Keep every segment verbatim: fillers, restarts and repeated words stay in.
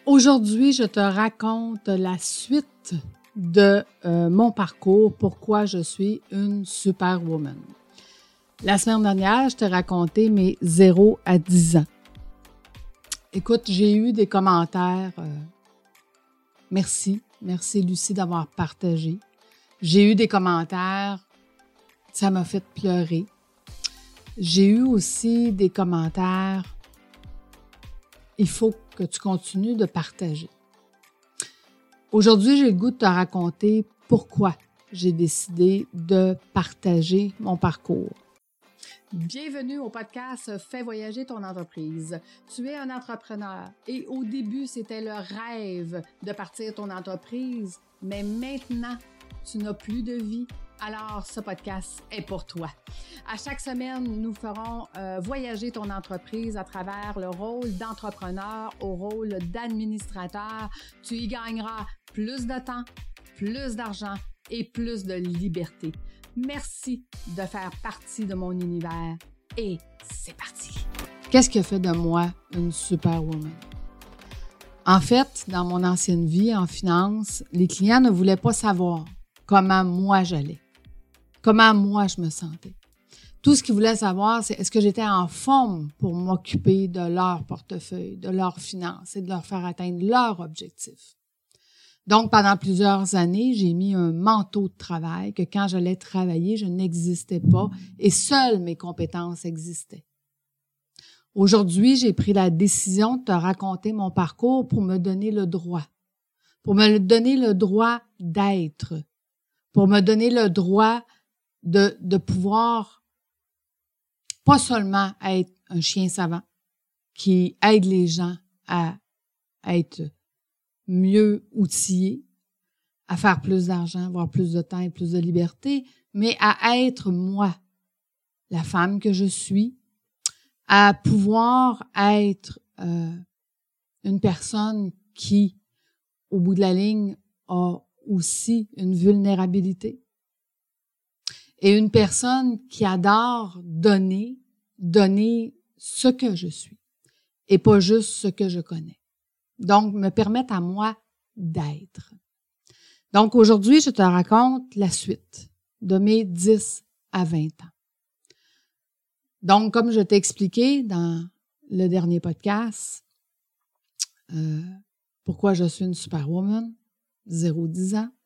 Aujourd'hui, je te raconte la suite de euh, mon parcours, pourquoi je suis une superwoman. La semaine dernière, je t'ai raconté mes zéro à dix ans. Écoute, j'ai eu des commentaires. Euh, merci, merci Lucie d'avoir partagé. J'ai eu des commentaires, ça m'a fait pleurer. J'ai eu aussi des commentaires, il faut que tu continues de partager. Aujourd'hui, j'ai le goût de te raconter pourquoi j'ai décidé de partager mon parcours. Bienvenue au podcast Fais voyager ton entreprise. Tu es un entrepreneur et au début, c'était le rêve de partir ton entreprise, mais maintenant, tu n'as plus de vie. Alors, ce podcast est pour toi. À chaque semaine, nous ferons euh, voyager ton entreprise à travers le rôle d'entrepreneur au rôle d'administrateur. Tu y gagneras plus de temps, plus d'argent et plus de liberté. Merci de faire partie de mon univers et c'est parti. Qu'est-ce qui a fait de moi une superwoman? En fait, dans mon ancienne vie en finance, les clients ne voulaient pas savoir comment moi j'allais. Comment moi je me sentais. Tout ce qu'ils voulaient savoir, c'est est-ce que j'étais en forme pour m'occuper de leur portefeuille, de leurs finances et de leur faire atteindre leurs objectifs. Donc, pendant plusieurs années, j'ai mis un manteau de travail que quand j'allais travailler, je n'existais pas et seules mes compétences existaient. Aujourd'hui, j'ai pris la décision de te raconter mon parcours pour me donner le droit, pour me donner le droit d'être, pour me donner le droit De, de pouvoir pas seulement être un chien savant qui aide les gens à, à être mieux outillés, à faire plus d'argent, avoir plus de temps et plus de liberté, mais à être moi, la femme que je suis, à pouvoir être euh, une personne qui, au bout de la ligne, a aussi une vulnérabilité. Et une personne qui adore donner, donner ce que je suis et pas juste ce que je connais. Donc, me permettre à moi d'être. Donc, aujourd'hui, je te raconte la suite de mes dix à vingt ans. Donc, comme je t'ai expliqué dans le dernier podcast, euh, pourquoi je suis une superwoman, zéro à dix ans.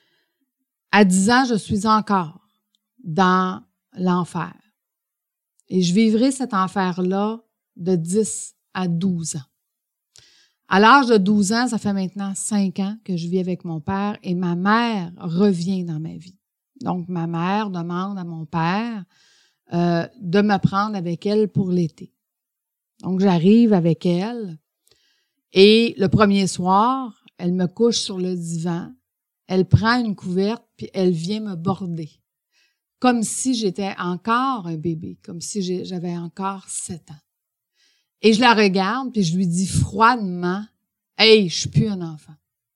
À dix ans, je suis encore dans l'enfer. Et je vivrai cet enfer-là de dix à douze ans. À l'âge de douze ans, ça fait maintenant cinq ans que je vis avec mon père et ma mère revient dans ma vie. Donc, ma mère demande à mon père euh, de me prendre avec elle pour l'été. Donc, j'arrive avec elle et le premier soir, elle me couche sur le divan, elle prend une couverte puis elle vient me border. Comme si j'étais encore un bébé, comme si j'avais encore sept ans. Et je la regarde, puis je lui dis froidement, « Hey, je suis plus un enfant. »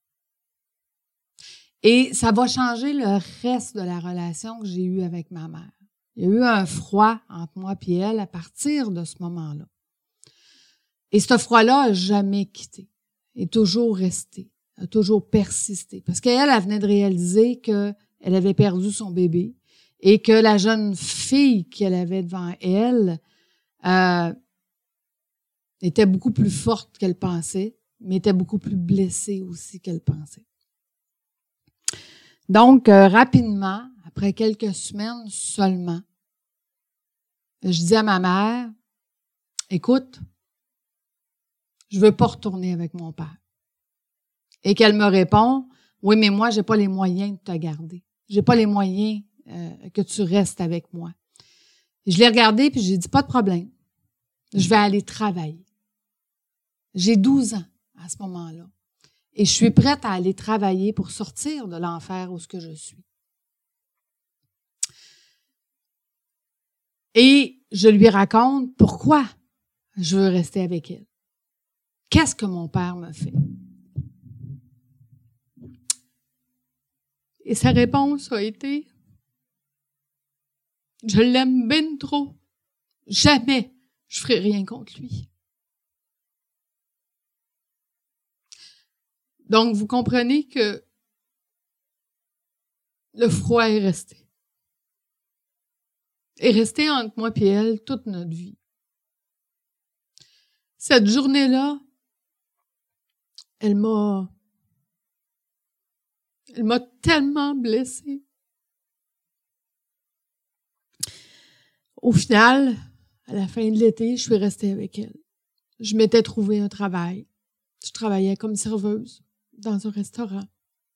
Et ça va changer le reste de la relation que j'ai eue avec ma mère. Il y a eu un froid entre moi et elle à partir de ce moment-là. Et ce froid-là n'a jamais quitté, est toujours resté, a toujours persisté. Parce qu'elle, elle venait de réaliser qu'elle avait perdu son bébé, et que la jeune fille qu'elle avait devant elle euh, était beaucoup plus forte qu'elle pensait, mais était beaucoup plus blessée aussi qu'elle pensait. Donc, euh, rapidement, après quelques semaines seulement, je dis à ma mère, « Écoute, je veux pas retourner avec mon père. » Et qu'elle me répond, « Oui, mais moi, j'ai pas les moyens de te garder. J'ai pas les moyens Euh, que tu restes avec moi. » Et je l'ai regardé puis j'ai dit, pas de problème. Je vais aller travailler. J'ai douze ans à ce moment-là. Et je suis prête à aller travailler pour sortir de l'enfer où ce que je suis. Et je lui raconte pourquoi je veux rester avec elle. Qu'est-ce que mon père me fait? Et sa réponse a été, je l'aime bien trop. Jamais je ferai rien contre lui. Donc, vous comprenez que le froid est resté. Est resté entre moi et elle toute notre vie. Cette journée-là, elle m'a, elle m'a tellement blessée. Au final, à la fin de l'été, je suis restée avec elle. Je m'étais trouvé un travail. Je travaillais comme serveuse dans un restaurant.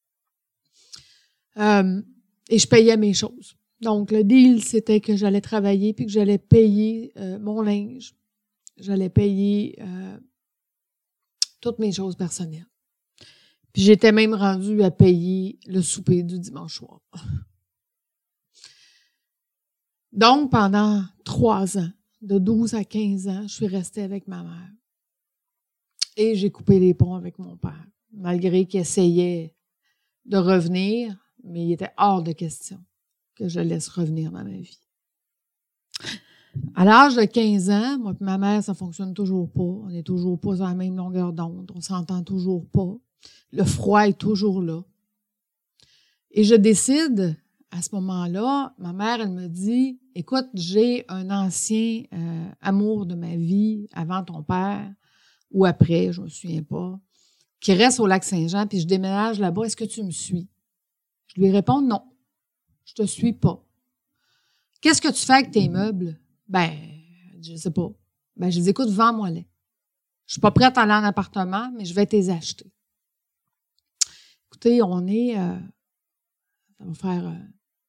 Euh, et je payais mes choses. Donc, le deal, c'était que j'allais travailler puis que j'allais payer euh, mon linge. J'allais payer euh, toutes mes choses personnelles. Puis j'étais même rendue à payer le souper du dimanche soir. Donc, pendant trois ans, de douze à quinze ans, je suis restée avec ma mère. Et j'ai coupé les ponts avec mon père, malgré qu'il essayait de revenir, mais il était hors de question que je laisse revenir dans ma vie. À l'âge de quinze ans, moi et ma mère, ça fonctionne toujours pas. On n'est toujours pas sur la même longueur d'onde. On s'entend toujours pas. Le froid est toujours là. Et je décide, à ce moment-là, ma mère, elle me dit, « Écoute, j'ai un ancien euh, amour de ma vie avant ton père, ou après, je me souviens pas, qui reste au Lac-Saint-Jean, puis je déménage là-bas. Est-ce que tu me suis? » Je lui réponds, « Non, je te suis pas. » « Qu'est-ce que tu fais avec tes meubles? » Ben, je sais pas. Ben, je dis, écoute, vends-moi-les. Je suis pas prête à aller en appartement, mais je vais te les acheter. Écoutez, on est, euh, ça va faire euh,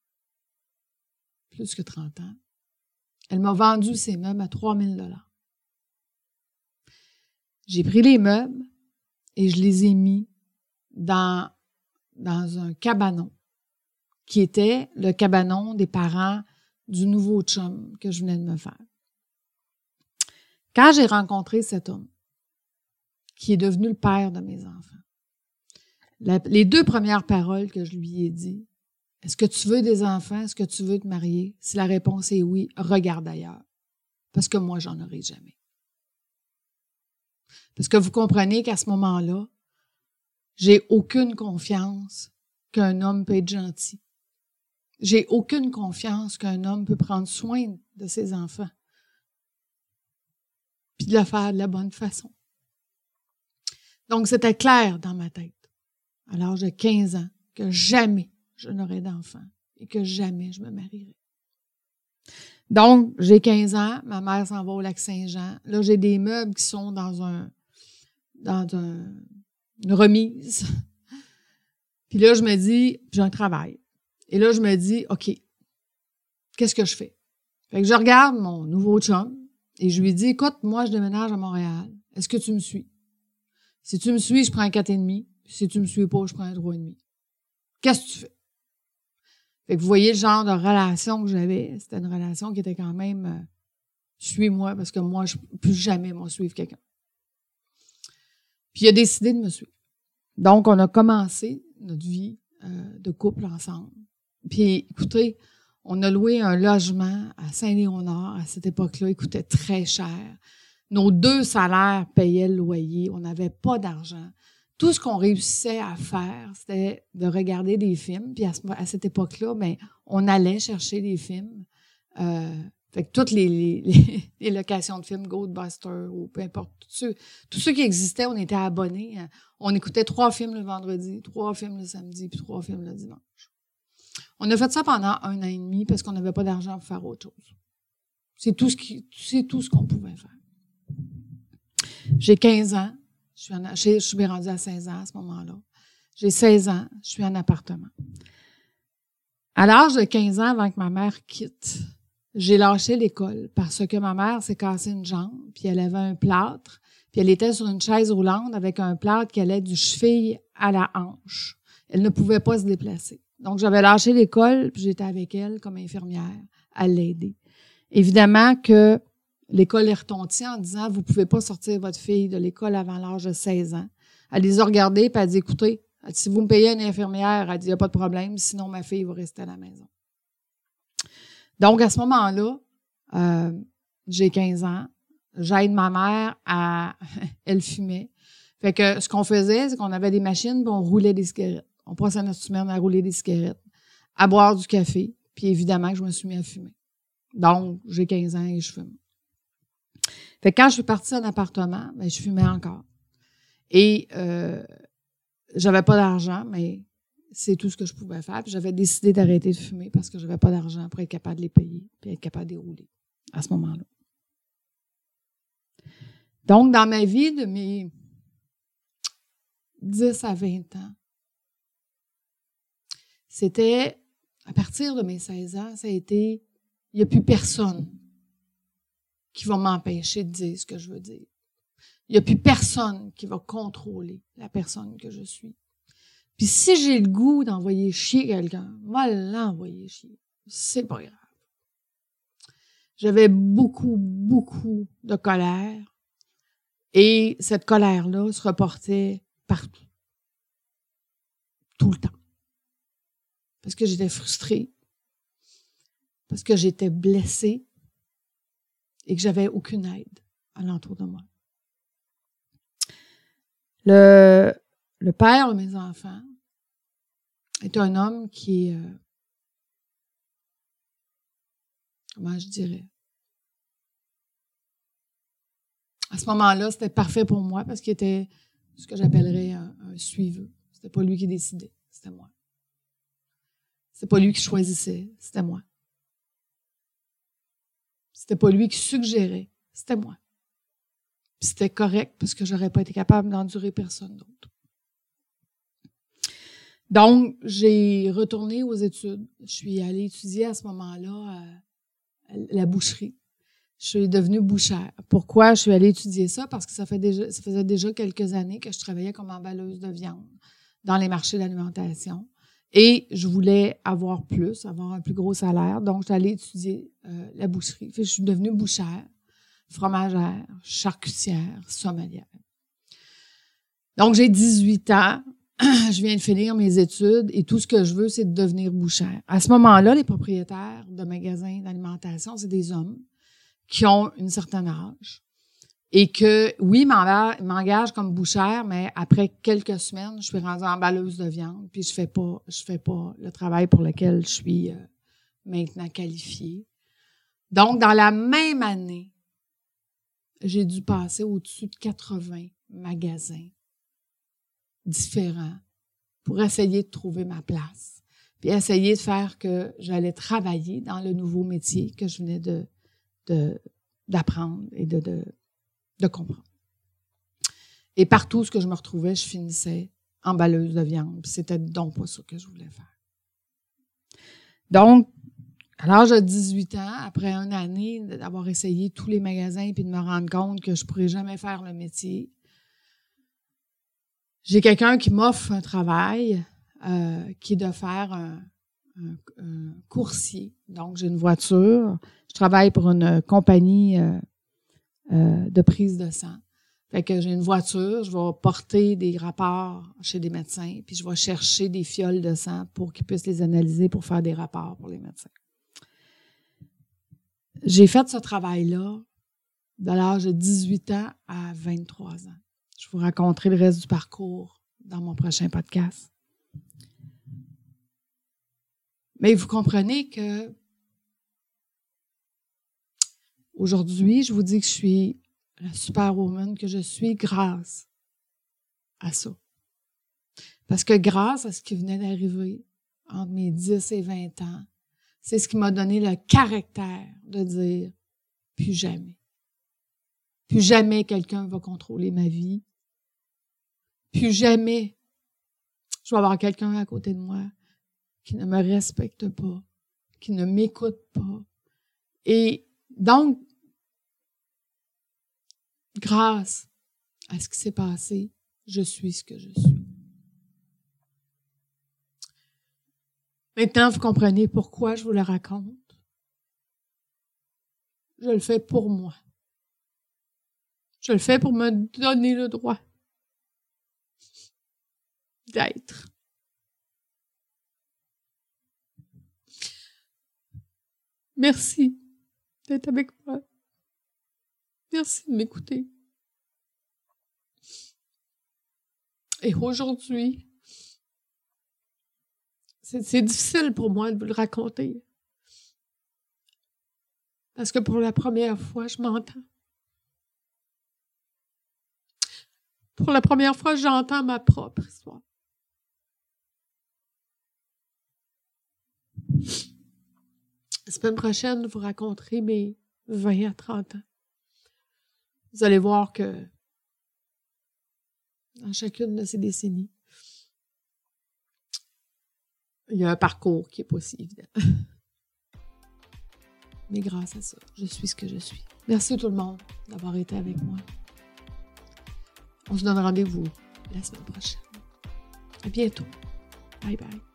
plus que trente ans. Elle m'a vendu ces meubles à trois mille dollars. J'ai pris les meubles et je les ai mis dans, dans un cabanon qui était le cabanon des parents du nouveau chum que je venais de me faire. Quand j'ai rencontré cet homme, qui est devenu le père de mes enfants, la, les deux premières paroles que je lui ai dit, « Est-ce que tu veux des enfants? Est-ce que tu veux te marier? » Si la réponse est oui, regarde ailleurs. Parce que moi, j'en aurai jamais. Parce que vous comprenez qu'à ce moment-là, j'ai aucune confiance qu'un homme peut être gentil. J'ai aucune confiance qu'un homme peut prendre soin de ses enfants puis de le faire de la bonne façon. Donc, c'était clair dans ma tête, à l'âge de quinze ans, que jamais je n'aurais d'enfants et que jamais je me marierais. Donc, j'ai quinze ans, ma mère s'en va au Lac-Saint-Jean. Là, j'ai des meubles qui sont dans un dans un, une remise. Puis là, je me dis, j'ai un travail. Et là, je me dis, OK, qu'est-ce que je fais? Fait que je regarde mon nouveau chum et je lui dis, écoute, moi, je déménage à Montréal. Est-ce que tu me suis? Si tu me suis, je prends un quatre virgule cinq. Si tu me suis pas, je prends un trois virgule cinq. Qu'est-ce que tu fais? Fait que vous voyez le genre de relation que j'avais. C'était une relation qui était quand même, euh, suis-moi, parce que moi, je ne peux plus jamais, moi, suivre quelqu'un. Puis il a décidé de me suivre. Donc, on a commencé notre vie euh, de couple ensemble. Puis, écoutez, on a loué un logement à Saint-Léonard à cette époque-là. Il coûtait très cher. Nos deux salaires payaient le loyer. On n'avait pas d'argent. Tout ce qu'on réussissait à faire, c'était de regarder des films. Puis à, ce, à cette époque-là, ben, on allait chercher des films. Euh, fait que toutes les, les, les locations de films, Goldbuster ou peu importe, tous ceux, tous ceux qui existaient, on était abonnés. On écoutait trois films le vendredi, trois films le samedi, puis trois films le dimanche. On a fait ça pendant un an et demi parce qu'on n'avait pas d'argent pour faire autre chose. C'est tout ce qui, c'est tout ce qu'on pouvait faire. J'ai quinze ans. Je suis, en, je suis rendue à seize ans à ce moment-là. J'ai seize ans. Je suis en appartement. À l'âge de quinze ans, avant que ma mère quitte, j'ai lâché l'école parce que ma mère s'est cassée une jambe, puis elle avait un plâtre, puis elle était sur une chaise roulante avec un plâtre qui allait du cheville à la hanche. Elle ne pouvait pas se déplacer. Donc, j'avais lâché l'école, puis j'étais avec elle comme infirmière à l'aider. Évidemment que l'école est retentie en disant « Vous pouvez pas sortir votre fille de l'école avant l'âge de seize ans. » Elle les a regardés, puis elle a dit « Écoutez, si vous me payez une infirmière, elle dit « Il n'y a pas de problème, sinon ma fille va rester à la maison. » Donc, à ce moment-là, euh, j'ai quinze ans. J'aide ma mère à... Elle fumait. Fait que ce qu'on faisait, c'est qu'on avait des machines, puis on roulait des cigarettes. On passait notre semaine à rouler des cigarettes, à boire du café, puis évidemment que je me suis mis à fumer. Donc, j'ai quinze ans et je fume. Fait que quand je suis partie en appartement, ben, je fumais encore. Et euh, j'avais pas d'argent, mais c'est tout ce que je pouvais faire. Puis j'avais décidé d'arrêter de fumer parce que j'avais pas d'argent pour être capable de les payer puis être capable de les rouler à ce moment-là. Donc, dans ma vie de mes dix à vingt ans, c'était, à partir de mes seize ans, ça a été, il n'y a plus personne qui va m'empêcher de dire ce que je veux dire. Il n'y a plus personne qui va contrôler la personne que je suis. Puis si j'ai le goût d'envoyer chier quelqu'un, moi l'envoyer chier. C'est pas grave. J'avais beaucoup, beaucoup de colère. Et cette colère-là se reportait partout. Tout le temps. Parce que j'étais frustrée. Parce que j'étais blessée. Et que j'avais aucune aide alentour de moi. Le, le père de mes enfants est un homme qui est, euh, comment je dirais, à ce moment-là, c'était parfait pour moi parce qu'il était ce que j'appellerais un, un suiveux. C'était pas lui qui décidait, c'était moi. C'était pas lui qui choisissait, c'était moi. C'était pas lui qui suggérait, c'était moi. Puis c'était correct parce que j'aurais pas été capable d'endurer personne d'autre. Donc, j'ai retourné aux études. Je suis allée étudier à ce moment-là à la boucherie. Je suis devenue bouchère. Pourquoi je suis allée étudier ça? Parce que ça, fait déjà, ça faisait déjà quelques années que je travaillais comme emballeuse de viande dans les marchés d'alimentation. Et je voulais avoir plus, avoir un plus gros salaire. Donc, je suis allée étudier euh, la boucherie. Fait que je suis devenue bouchère, fromagère, charcutière, sommelière. Donc, j'ai dix-huit ans. Je viens de finir mes études et tout ce que je veux, c'est de devenir bouchère. À ce moment-là, les propriétaires de magasins d'alimentation, c'est des hommes qui ont une certaine âge et que, oui, m'engagent comme bouchère, mais après quelques semaines, je suis rendue emballeuse de viande puis je fais pas, je fais pas le travail pour lequel je suis euh, maintenant qualifiée. Donc, dans la même année, j'ai dû passer au-dessus de quatre-vingts magasins différents pour essayer de trouver ma place, puis essayer de faire que j'allais travailler dans le nouveau métier que je venais de, de d'apprendre et de, de, de comprendre. Et partout où je me retrouvais, je finissais emballeuse de viande. C'était donc pas ça que je voulais faire. Donc, à l'âge de dix-huit ans, après une année d'avoir essayé tous les magasins puis de me rendre compte que je pourrais jamais faire le métier, j'ai quelqu'un qui m'offre un travail euh, qui est de faire un, un, un coursier. Donc, j'ai une voiture. Je travaille pour une compagnie euh, euh, de prise de sang. Fait que j'ai une voiture, je vais porter des rapports chez des médecins, puis je vais chercher des fioles de sang pour qu'ils puissent les analyser pour faire des rapports pour les médecins. J'ai fait ce travail-là de l'âge de dix-huit ans à vingt-trois ans. Je vous raconterai le reste du parcours dans mon prochain podcast. Mais vous comprenez que aujourd'hui, je vous dis que je suis la superwoman que je suis grâce à ça. Parce que grâce à ce qui venait d'arriver entre mes dix et vingt ans, c'est ce qui m'a donné le caractère de dire plus jamais. Plus jamais quelqu'un va contrôler ma vie. Plus jamais je vais avoir quelqu'un à côté de moi qui ne me respecte pas, qui ne m'écoute pas. Et donc, grâce à ce qui s'est passé, je suis ce que je suis. Maintenant, vous comprenez pourquoi je vous le raconte. Je le fais pour moi. Je le fais pour me donner le droit d'être. Merci d'être avec moi. Merci de m'écouter. Et aujourd'hui, c'est, c'est difficile pour moi de vous le raconter. Parce que pour la première fois, je m'entends. Pour la première fois, j'entends ma propre histoire. La semaine prochaine, vous raconterez mes vingt à trente ans. Vous allez voir que dans chacune de ces décennies, il y a un parcours qui n'est pas si évident. Mais grâce à ça, je suis ce que je suis. Merci tout le monde d'avoir été avec moi. On se donne rendez-vous la semaine prochaine. À bientôt. Bye bye.